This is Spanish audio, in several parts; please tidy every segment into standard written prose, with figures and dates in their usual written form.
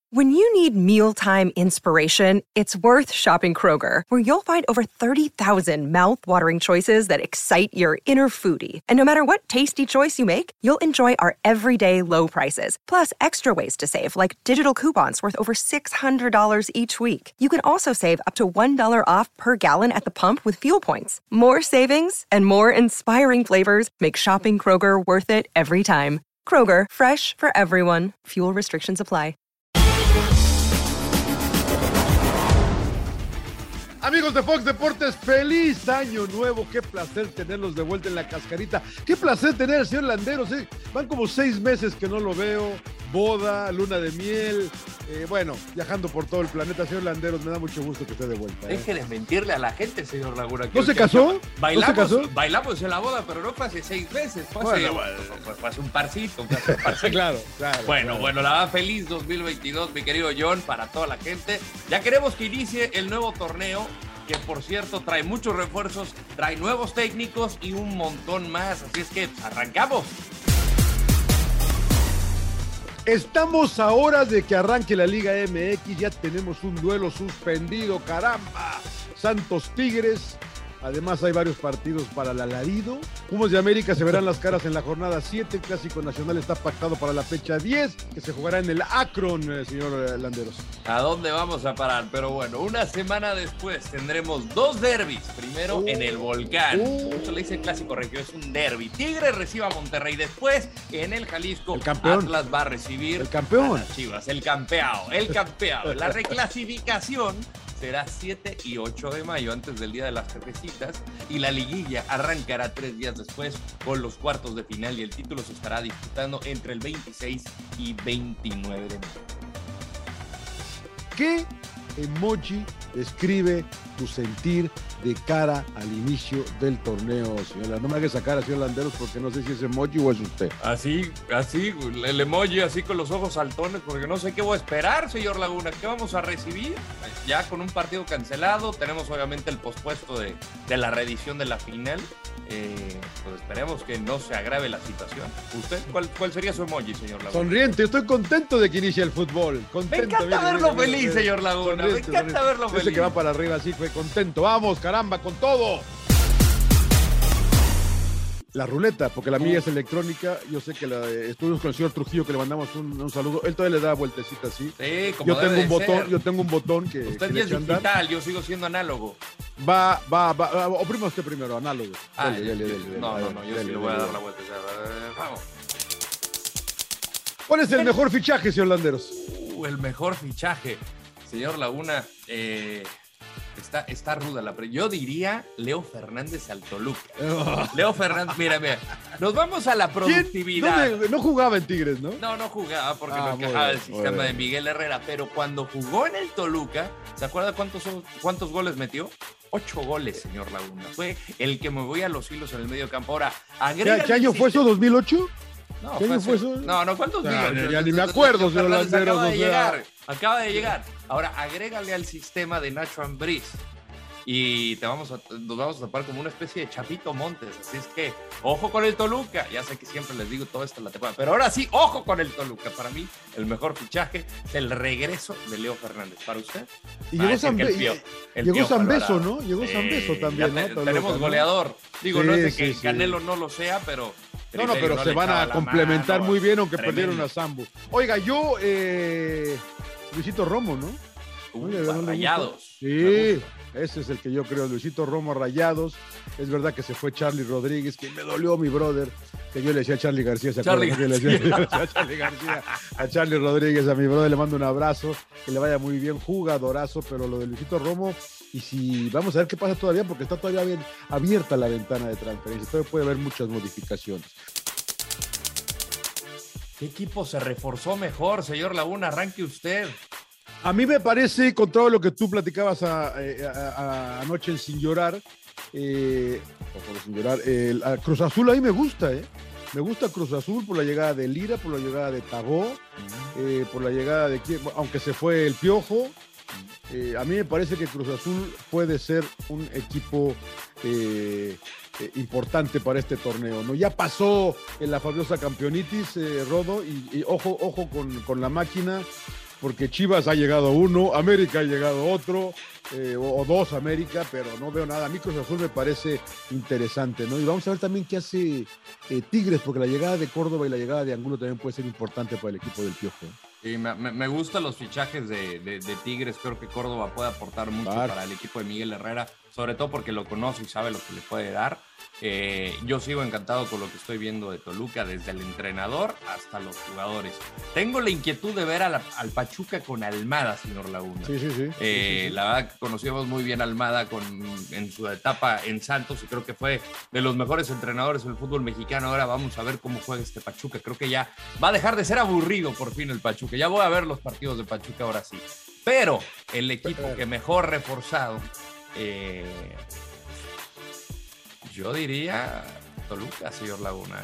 When you need mealtime inspiration, it's worth shopping Kroger, where you'll find over 30,000 mouth-watering choices that excite your inner foodie. And no matter what tasty choice you make, you'll enjoy our everyday low prices, plus extra ways to save, like digital coupons worth over $600 each week. You can also save up to $1 off per gallon at the pump with fuel points. More savings and more inspiring flavors make shopping Kroger worth it every time. Kroger, fresh for everyone. Fuel restrictions apply. Amigos de Fox Deportes, feliz año nuevo. Qué placer tenerlos de vuelta en la cascarita. Qué placer tener al señor Landeros. Van como 6 meses que no lo veo. Boda, luna de miel. Bueno, viajando por todo el planeta. Señor Landeros, me da mucho gusto que esté de vuelta. Déjele mentirle a la gente, señor Laguna. ¿No se casó? Bailamos en la boda, pero no fue hace 6 meses. Fue hace un parcito. Claro. Bueno, la verdad, feliz 2022, mi querido John, para toda la gente. Ya queremos que inicie el nuevo torneo, que por cierto trae muchos refuerzos, trae nuevos técnicos y un montón más. Así es que arrancamos. Estamos a horas de que arranque la Liga MX. Ya tenemos un duelo suspendido, caramba. Santos Tigres. Además hay varios partidos para el alarido. Pumas de América se verán las caras en la jornada 7. El Clásico Nacional está pactado para la fecha 10, que se jugará en el Akron, señor Landeros. ¿A dónde vamos a parar? Pero bueno, una semana después tendremos 2 derbis. Primero en el Volcán. Esto le dice el Clásico Regio, es un derbi. Tigres recibe a Monterrey. Después en el Jalisco, el campeón. Atlas va a recibir el campeón. a las Chivas. El campeado. La reclasificación será 7 y 8 de mayo, antes del Día de las Jefecitas, y la liguilla arrancará 3 días después con los cuartos de final, y el título se estará disputando entre el 26 y 29 de mayo. ¿Qué emoji describe tu sentir de cara al inicio del torneo, señora? No me haga sacar a señor Landeros porque no sé si es emoji o es usted. Así, el emoji así con los ojos saltones, porque no sé qué voy a esperar, señor Laguna. ¿Qué vamos a recibir? Ya con un partido cancelado, tenemos obviamente el pospuesto de la reedición de la final. Pues esperemos que no se agrave la situación. ¿Usted cuál sería su emoji, señor Laguna? Sonriente, estoy contento de que inicie el fútbol. Contento, me encanta verlo feliz, señor Laguna. Me encanta verlo feliz. Ese que va para arriba así fue contento. Vamos, caramba, con todo. La ruleta, porque la mía es electrónica. Yo sé que estuvimos con el señor Trujillo, que le mandamos un saludo. Él todavía le da vueltecita así. Sí, como yo tengo un botón que usted ya es digital, yo sigo siendo análogo. Va. Oprima usted primero, análogo. Dale. No, yo sí le voy a dar la vuelta. Vamos. ¿Cuál es el mejor fichaje, señor Landeros? El mejor fichaje, señor Laguna. Está ruda la yo diría Leo Fernández al Toluca. Leo Fernández, mira, nos vamos a la productividad. No jugaba en Tigres, ¿no? No jugaba porque no encajaba el sistema de Miguel Herrera, pero cuando jugó en el Toluca, ¿se acuerda cuántos goles metió? 8 goles, señor Laguna. Fue el que me voy a los hilos en el medio campo. Ahora, ¿qué año fue eso? ¿2008? No, ¿qué año fue eso? No, ¿cuántos millones? Ya ni me acuerdo, señor Landeros. Acaba de llegar. Ahora, agrégale al sistema de Nacho Ambriz y nos vamos a tapar como una especie de Chapito Montes. Así es que, ojo con el Toluca. Ya sé que siempre les digo todo esto en la temporada, pero ahora sí, ojo con el Toluca. Para mí, el mejor fichaje es el regreso de Leo Fernández. ¿Para usted? Y llegó Zambeso, ¿no? Llegó Zambeso también, ¿no? Tenemos goleador. Digo, no es de que Canelo no lo sea, pero... pero se van a complementar muy bien, aunque perdieron a Sambo. Oiga, yo, Luisito Romo, ¿no? Rayados. Sí, ese es el que yo creo, Luisito Romo, Rayados. Es verdad que se fue Charlie Rodríguez, que me dolió mi brother, que yo le decía a Charlie García, ¿se acuerdan? Le decía a Charlie García, a Charlie Rodríguez, a mi brother le mando un abrazo, que le vaya muy bien, jugadorazo, pero lo de Luisito Romo, y si vamos a ver qué pasa todavía, porque está todavía bien abierta la ventana de transferencia, todavía puede haber muchas modificaciones. ¿Qué equipo se reforzó mejor, señor Laguna? Arranque usted. A mí me parece, con todo lo que tú platicabas anoche en Sin Llorar, a Cruz Azul ahí me gusta, Me gusta Cruz Azul por la llegada de Lira, por la llegada de Tagó, por la llegada de aunque se fue el Piojo. A mí me parece que Cruz Azul puede ser un equipo importante para este torneo, ¿no? Ya pasó en la famosa campeonitis, Rodo, y ojo con la máquina. porque Chivas ha llegado uno, América ha llegado otro, o dos América, pero no veo nada. A mí Cruz Azul me parece interesante, ¿no? Y vamos a ver también qué hace Tigres, porque la llegada de Córdoba y la llegada de Angulo también puede ser importante para el equipo del Piojo. Sí, me gustan los fichajes de Tigres. Creo que Córdoba puede aportar mucho para el equipo de Miguel Herrera, sobre todo porque lo conoce y sabe lo que le puede dar. Yo sigo encantado con lo que estoy viendo de Toluca, desde el entrenador hasta los jugadores. Tengo la inquietud de ver al Pachuca con Almada, señor Laguna. Sí. La verdad, conocíamos muy bien a Almada en su etapa en Santos y creo que fue de los mejores entrenadores en el fútbol mexicano. Ahora vamos a ver cómo juega este Pachuca. Creo que ya va a dejar de ser aburrido por fin el Pachuca. Ya voy a ver los partidos de Pachuca ahora sí. Pero el equipo que mejor reforzado, yo diría Toluca, señor Laguna.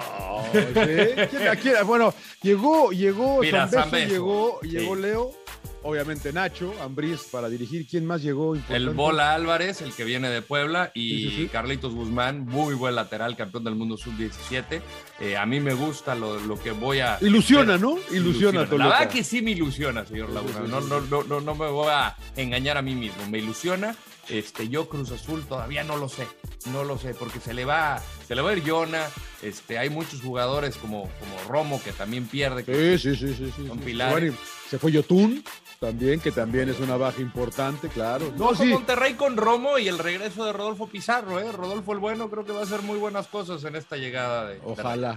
¿Sí? Bueno, llegó Zambeso, llegó Leo, obviamente Nacho, Ambriz para dirigir. ¿Quién más llegó? El Bola Álvarez, el que viene de Puebla, y Carlitos Guzmán, muy buen lateral, campeón del mundo sub-17. A mí me gusta lo que voy a... Ilusiona, ¿no? Ilusiona Toluca. La verdad que sí me ilusiona, señor Laguna. No me voy a engañar a mí mismo. Me ilusiona. Yo Cruz Azul todavía no lo sé, porque se le va a ir Yona. Hay muchos jugadores como Romo que también pierde. Sí. Son pilares. Se fue Yotun también, que también es una baja importante, claro. Monterrey con Romo y el regreso de Rodolfo Pizarro, Rodolfo el Bueno, creo que va a hacer muy buenas cosas en esta llegada de... Ojalá.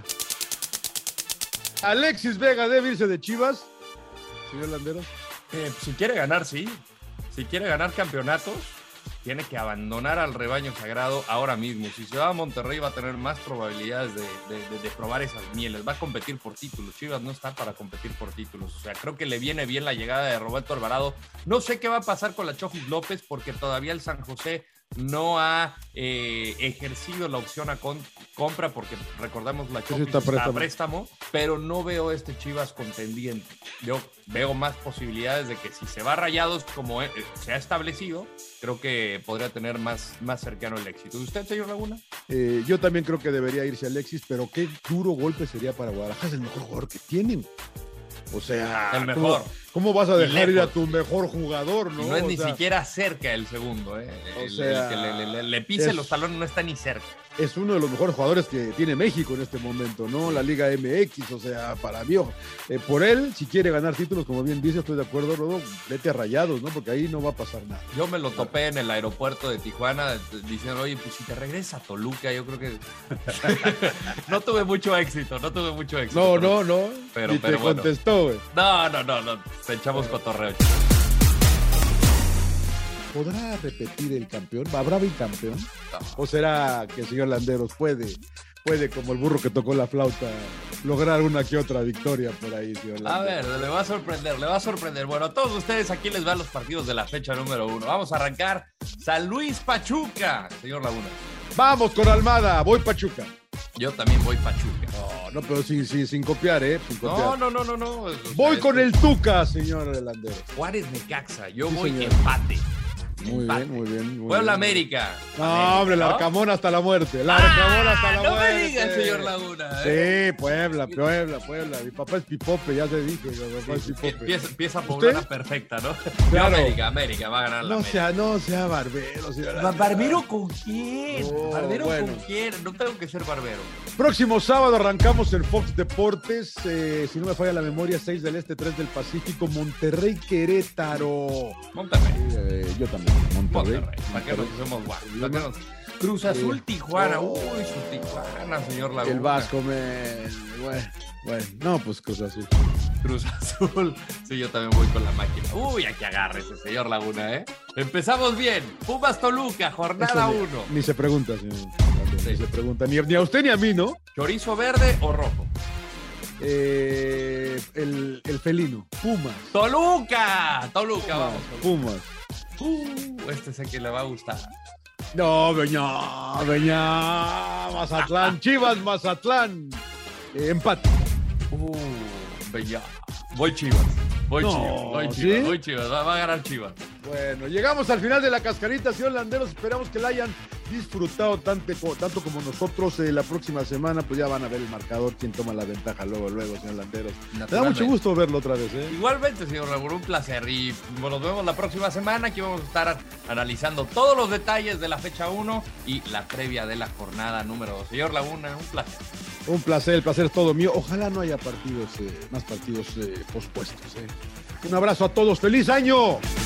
Alexis Vega debe irse de Chivas, señor Landeros. Si quiere ganar, sí. Si quiere ganar campeonatos, tiene que abandonar al rebaño sagrado ahora mismo. Si se va a Monterrey va a tener más probabilidades de probar esas mieles. Va a competir por títulos. Chivas no está para competir por títulos. O sea, creo que le viene bien la llegada de Roberto Alvarado. No sé qué va a pasar con la Chofis López porque todavía el San José no ha ejercido la opción a compra, porque recordemos la Chofis está a préstamo, pero no veo Chivas contendiente. Yo veo más posibilidades de que si se va a Rayados como se ha establecido, creo que podría tener más cercano el éxito. ¿Usted, señor Laguna? Yo también creo que debería irse Alexis, pero qué duro golpe sería para Guadalajara. Es el mejor jugador que tienen. O sea, el mejor. ¿Cómo vas a dejar ir a tu mejor jugador, no? Y no es ni siquiera cerca el segundo, O sea, el que le pise los talones no está ni cerca. Es uno de los mejores jugadores que tiene México en este momento, ¿no? La Liga MX, o sea, para mí, por él, si quiere ganar títulos, como bien dice, estoy de acuerdo, Rodo, vete a Rayados, ¿no? Porque ahí no va a pasar nada. Yo me lo topé en el aeropuerto de Tijuana diciendo, oye, pues si te regresas a Toluca, yo creo que... No tuve mucho éxito. No. Pero te bueno. Contestó, güey. No. Te echamos cotorreo. ¿Podrá repetir el campeón? ¿Habrá bicampeón? No. ¿O será que el señor Landeros puede, como el burro que tocó la flauta, lograr una que otra victoria por ahí, señor Landeros? A ver, le va a sorprender. Bueno, a todos ustedes aquí les van los partidos de la fecha número 1. Vamos a arrancar San Luis Pachuca, señor Laguna. Vamos con Almada, voy Pachuca. Yo también voy Pachuca. No, pero sin copiar, Sin copiar. No. Voy con el Tuca, señor Landeros. Juárez Necaxa, yo voy empate. Muy bien. Puebla América. No, hombre, el Arcamón hasta la muerte. El Arcamón hasta la muerte. No me digas, señor Laguna. Sí, Puebla. Mi papá es Pipope, ya te dije. Mi papá es Pipope. Empieza poblana perfecta, ¿no? Claro. América va a ganar la América. No sea barbero. ¿Barbero con quién? ¿Con quién? No tengo que ser barbero. Próximo sábado arrancamos el Fox Deportes. Si no me falla la memoria, 6 del Este, 3 del Pacífico. Monterrey, Querétaro. Monterrey. Yo también. Monterrey. ¿Para qué nos hacemos guapos? Cruz Azul, Tijuana. Uy, su Tijuana, señor Laguna. El Vasco, bueno. No, pues Cruz Azul. Cruz Azul. Sí, yo también voy con la máquina. Uy, aquí agárrese, señor Laguna, Empezamos bien. Pumas Toluca, jornada 1. Ni se pregunta, señor. Ni se pregunta. Ni a usted ni a mí, ¿no? ¿Chorizo verde o rojo? El felino. Pumas. Toluca, vamos. Pumas. Este sé que le va a gustar. No, Beñá. Mazatlán. Chivas, Mazatlán. Empate. Beñá. Voy Chivas. Voy Chivas. Va a ganar Chivas. Bueno, llegamos al final de la cascarita, señor Landeros. Esperamos que la hayan disfrutado tanto como nosotros. La próxima semana pues ya van a ver el marcador, quién toma la ventaja luego, señor Landeros. Me da mucho gusto verlo otra vez. Igualmente, señor Raúl, un placer. Y nos vemos la próxima semana. Aquí vamos a estar analizando todos los detalles de la fecha 1 y la previa de la jornada número 2. Señor Laguna, un placer. Un placer, el placer es todo mío. Ojalá no haya más partidos pospuestos. Un abrazo a todos, ¡feliz año!